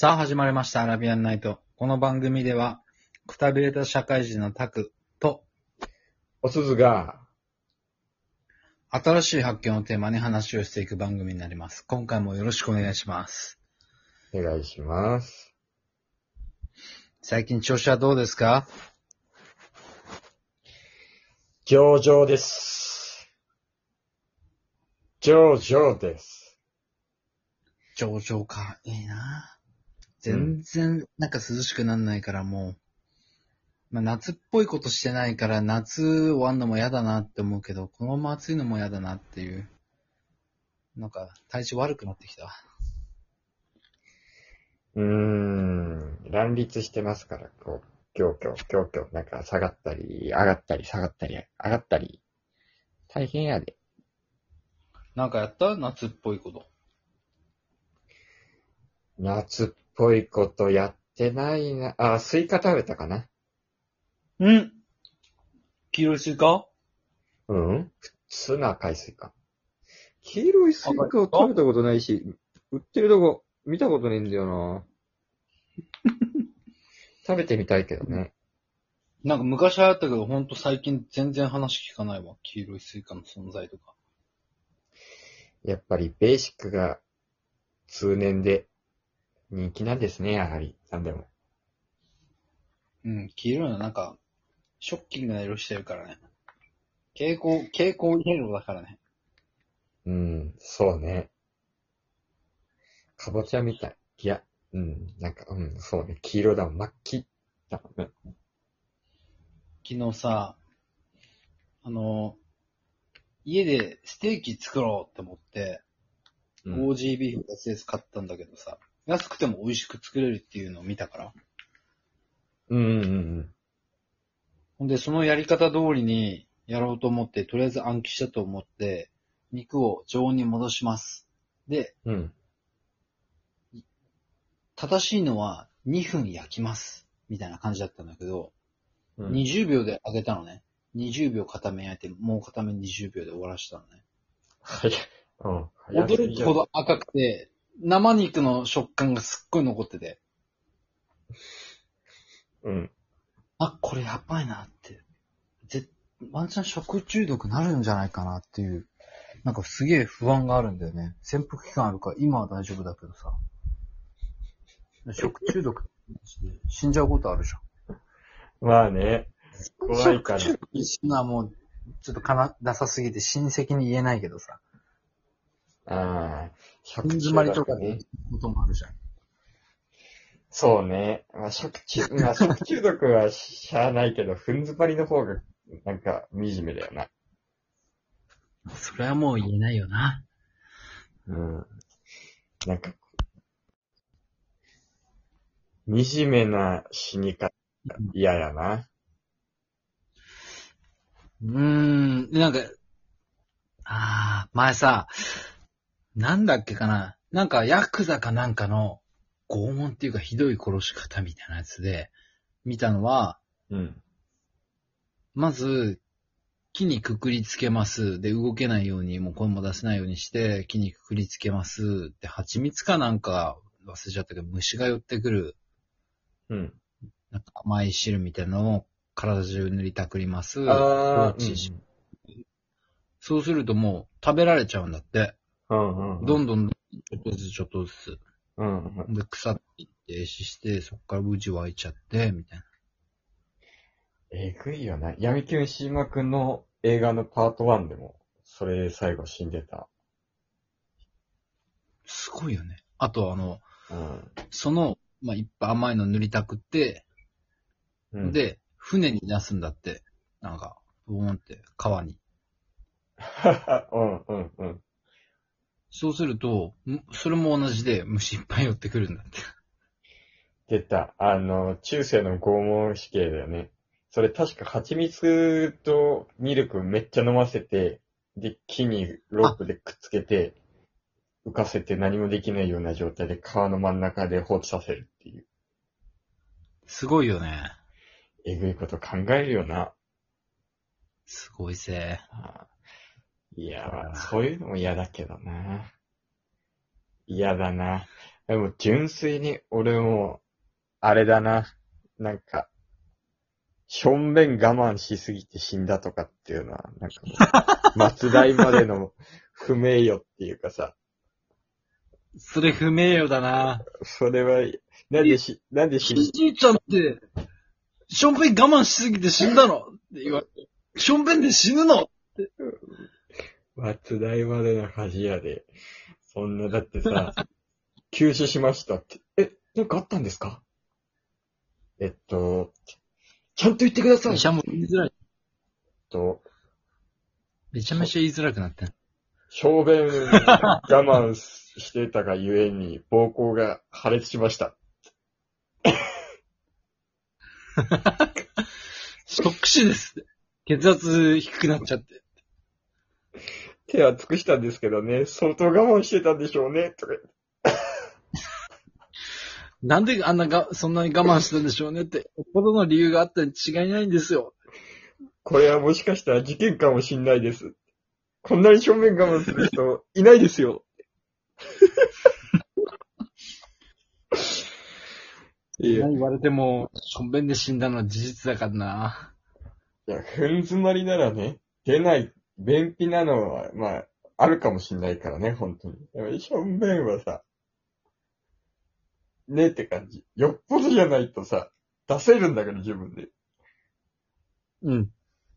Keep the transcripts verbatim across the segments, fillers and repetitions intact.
さあ始まりましたアラビアンナイト。この番組では、くたびれた社会人のタクと、 おすずが、 新しい発見をテーマに話をしていく番組になります。今回もよろしくお願いします。 お願いします。 最近調子はどうですか？ 上々です。上々です。 上々か。いいな。全然、なんか涼しくなんないからもう、まあ、夏っぽいことしてないから夏終わんのも嫌だなって思うけど、このまま暑いのも嫌だなっていう。なんか体調悪くなってきた。 うーん、乱立してますから、こう、今日今日、今日今日、なんか下がったり、上がったり、下がったり、上がったり、大変やで。 なんかやった夏っぽいこと。 夏っぽいことやってないな。あ、スイカ食べたかな。 ん黄色いスイカ？ うん、普通な赤いスイカ。黄色いスイカを食べたことないし、売ってるとこ見たことないんだよな。食べてみたいけどね。 なんか昔流行ったけど、ほんと最近全然話聞かないわ。黄色いスイカの存在とか。 やっぱりベーシックが通年で人気なんですね、やはり。なんでも。 うん、黄色いのなんか、ショッキングな色してるからね。蛍光、蛍光イエローだからね。 うん、そうね。かぼちゃみたい。いや、うん、なんか、うん、そうね。黄色だもん。真っ黄だもんね。 昨日さ、あの、家でステーキ作ろうって思って、 うん。 オージー ビーフ エスエス買ったんだけどさ、安くても美味しく作れるっていうのを見たから。 うんうんうんほんで、そのやり方通りにやろうと思って、とりあえず暗記したと思って、肉を常温に戻します。で、 うん。うん。 正しいのはにふん焼きます。みたいな感じだったんだけど、 うん。 にじゅうびょうで揚げたのね。にじゅうびょう片面焼いて、もう片面にじゅうびょうで終わらしたのね。 早い。うん。早すぎじゃん。 驚くほど赤くて、生肉の食感がすっごい残ってて、 うん。 あ、これやばいなって。ぜ、ワンチャン食中毒なるんじゃないかなっていう、なんかすげえ不安があるんだよね。潜伏期間あるから今は大丈夫だけどさ。食中毒って死んじゃうことあるじゃん。 まあね。怖いから。 食中毒死ぬのはもう、ちょっとかな、ダサすぎて親戚に言えないけどさ。 ああ、食瓶詰中まりとかで毒ね。 こともあるじゃん。 そうね。まあ、食中、まあ、食中毒はしゃあないけど、ふん詰まりの方が、なんか、惨めだよな。 それはもう言えないよな。 うん。なんか、惨めな死に方、嫌やな。 うーん、なんか、ああ、前さ、なんだっけかな。なんか、ヤクザかなんかの拷問っていうかひどい殺し方みたいなやつで、見たのは、 うん。 まず、木にくくりつけます。で、動けないように、もう声も出せないようにして、木にくくりつけます。で、蜂蜜かなんか忘れちゃったけど、虫が寄ってくる、 うん。 なんか甘い汁みたいなのを体中塗りたくります。放あー、う置し、 ん。 そうするともう食べられちゃうんだって。 うんうんうん。 どんどん、ちょっとずつちょっとずつ。 うんうん。 で、腐っていって死して、そっからウジ湧いちゃって、みたいな。 えぐいよな。闇金シーマくんの映画のパートワンでも、それ最後死んでた。 すごいよね。あとあの、 うん。 その、まあ、いっぱい甘いの塗りたくって、 うん。 で、船に出すんだって。なんか、ボーンって、川に。 うんうんうん。 そうすると、んそれも同じで虫いっぱい寄ってくるんだって。 出た。あの、中世の拷問死刑だよね。それ確か蜂蜜とミルクめっちゃ飲ませて、で、木にローあ、 プでくっつけて、浮かせて何もできないような状態で川の真ん中で放置させるっていう。 すごいよね。 えぐいこと考えるよな。 すごいぜ。 ああいや、 これは。 そういうのも嫌だけどな。嫌だな。 でも純粋に俺も、あれだな。なんか、しょんべん我慢しすぎて死んだとかっていうのは、なんかもう、末代までの不名誉っていうかさ、 それ不名誉だな。 それは、なんでし、なんで死ん、 じいちゃんって、しょんべん我慢しすぎて死んだのって言われて、しょんべんで死ぬの末代までの恥やで。そんな、だってさ、休止しましたって。え、なんかあったんですか？えっと、ちゃんと言ってください。 めちゃも言いづらい。 と、 めちゃめちゃ言いづらくなってん。 小便我慢してたがゆえに、膀胱が破裂しました。 ショック死ですって。血圧低くなっちゃって。 手は尽くしたんですけどね、相当我慢してたんでしょうね、とか。 なんであんなが、そんなに我慢したんでしょうねって。よっぽどの理由があったに違いないんですよ。 これはもしかしたら事件かもしんないです。こんなに正面我慢する人いないですよ。いや、 何言われても、しょんべんで死んだのは事実だからな。 いや、ふん詰まりならね、出ない、便秘なのは、まあ、あるかもしんないからね、本当に。でも、しょんべんはさ、ねって感じ。よっぽどじゃないとさ、出せるんだから自分で。 うん。 う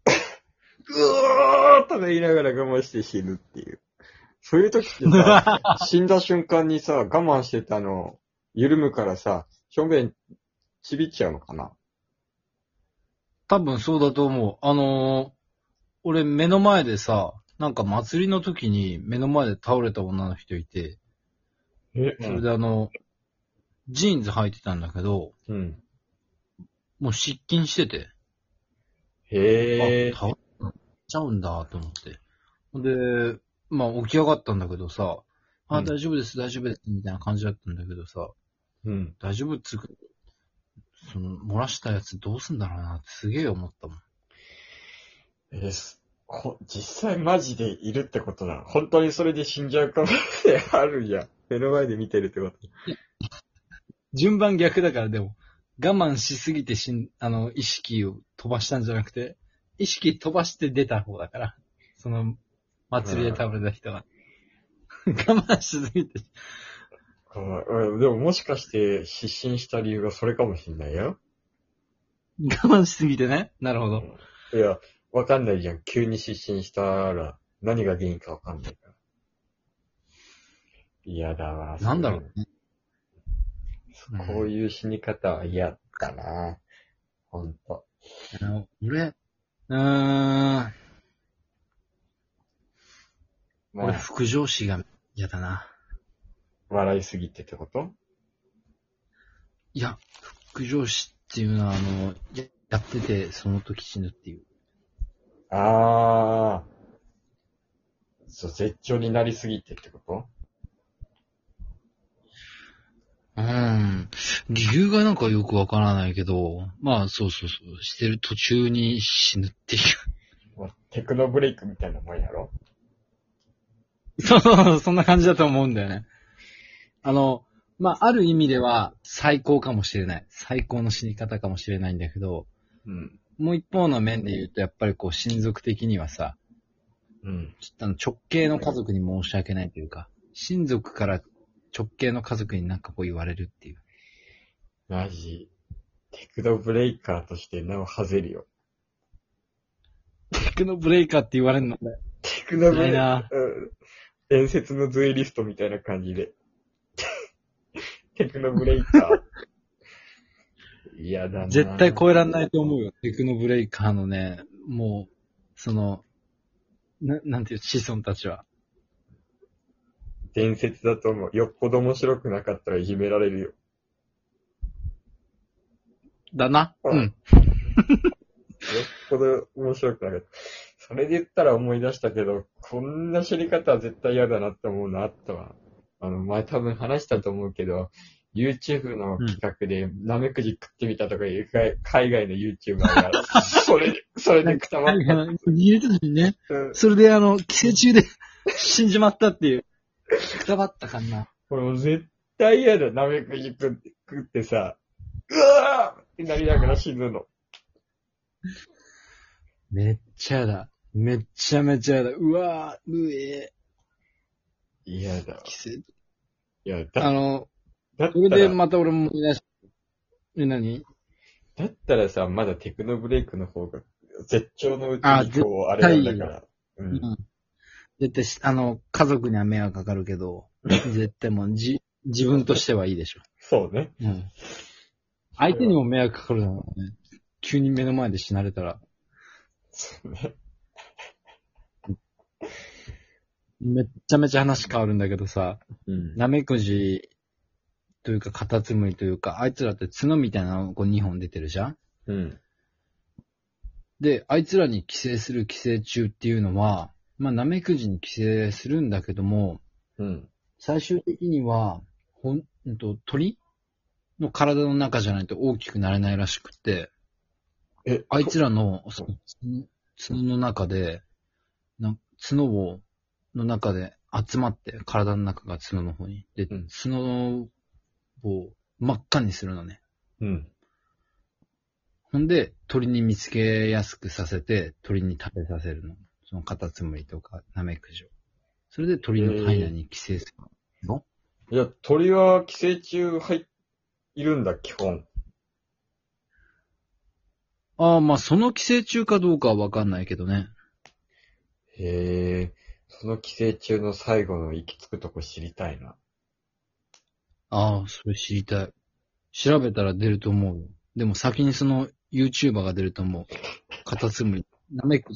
おーとか言いながら我慢して死ぬっていう。そういう時ってさ、死んだ瞬間にさ、我慢してたの、緩むからさ、しょんべんちびっちゃうのかな？ 多分そうだと思う。あのー、俺目の前でさ、なんか祭りの時に目の前で倒れた女の人いて、 え、 それであの、ジーンズ履いてたんだけど、 うん。 もう失禁してて、 へえ。 あ、倒れちゃうんだと思って。で、まあ起き上がったんだけどさ、あ、 うん大丈夫です、大丈夫です、みたいな感じだったんだけどさ、 うん。 大丈夫っつうか、その、漏らしたやつどうすんだろうなってすげえ思ったもん。 えーすこ、実際マジでいるってことなの？本当にそれで死んじゃう可能性あるじゃん。目の前で見てるってこと。 順番逆だからでも、我慢しすぎてしん、あの、意識を飛ばしたんじゃなくて、意識飛ばして出た方だから、その、祭りで倒れた人が。我慢しすぎて。 うん、でももしかして失神した理由がそれかもしんないよ。 我慢しすぎてね。なるほど。 いや、わかんないじゃん。急に失神したら何が原因かわかんないから。嫌だわ。 なんだろうね。 そうこういう死に方は嫌だな。ほんと。 あの俺、うーん、俺、 まあ、 副上司が嫌だな。 笑いすぎてってこと？ いや、副上司っていうのは、あの、ややってて、その時死ぬっていう。 あー。そう、絶頂になりすぎてってこと？ うーん。理由がなんかよくわからないけど、まあ、そうそうそう、してる途中に死ぬっていう。 まあテクノブレイクみたいなもんやろ？ そうそうそう、そんな感じだと思うんだよね。あの、まあ、ある意味では最高かもしれない。最高の死に方かもしれないんだけど、 うん。 もう一方の面で言うと、やっぱりこう、親族的にはさ、 うん。 ちょっとあの直系の家族に申し訳ないというか、親族から直系の家族になんかこう言われるっていう。 マジ。テクノブレイカーとして名を恥ぜるよ。 テクノブレイカーって言われるのね。 テクノブレイカー。 ないなうん。伝説のズエリストみたいな感じで。テクノブレイカー。嫌だな。 絶対超えらんないと思うよ。テクノブレイカーのね、もう、その、な、なんていう、子孫たちは。 伝説だと思う。よっぽど面白くなかったらいじめられるよ。 だな。 ううんん。 よっぽど面白くなかった。それで言ったら思い出したけど、こんな知り方は絶対嫌だなって思うのあったわ。あの、前多分話したと思うけど、YouTube の企画でナメクジ食ってみたとかいう海海外の YouTuber が、それで、それでくたばった。 逃げてたのにね。 うんそれであの、寄生虫で死んじまったっていう。くたばったかな。 これも絶対嫌だ、ナメクジ食って食ってさ、うわーってなりながら死ぬの。 めっちゃやだ。めっちゃめちゃやだ。うわー、うえ嫌だわー。。季節。 いや、 あだ、 の、 だっそれたら、 でまた俺も思い出し、え、何だったらさ、まだテクノブレイクの方が、絶頂のうちあ、 に絶こう、あれなんだから。う。 うんん。絶対し、あの、家族には迷惑かかるけど、絶対もうじ、自分としてはいいでしょ。 そうね。 うん。相手にも迷惑かかるだろうね。急に目の前で死なれたら。 そうね。 めっちゃめちゃ話変わるんだけどさ、 うん。 ナメクジというかカタツムリというか、あいつらって角みたいなのがこうにほん出てるじゃん。 うん。 で、あいつらに寄生する寄生虫っていうのは、まあナメクジに寄生するんだけども、 うん。 最終的には、ほん、うんと、鳥の体の中じゃないと大きくなれないらしくって、 え、 あいつらの、その角の中で、な角を、の中で集まって、体の中が角の方に。で、 うん角を真っ赤にするのね。 うん。 ほんで、鳥に見つけやすくさせて、鳥に食べさせるの。そのカタツムリとかナメクジを。それで鳥の体内に寄生するの。 いや、鳥は寄生虫入っ、いるんだ、基本。 ああ、まあその寄生虫かどうかはわかんないけどね。 へえ、その寄生虫の最後の行き着くとこ知りたいな。 ああ、それ知りたい。調べたら出ると思うよ。でも先にその YouTuber が出ると思う。カタツムリ、ナメクジ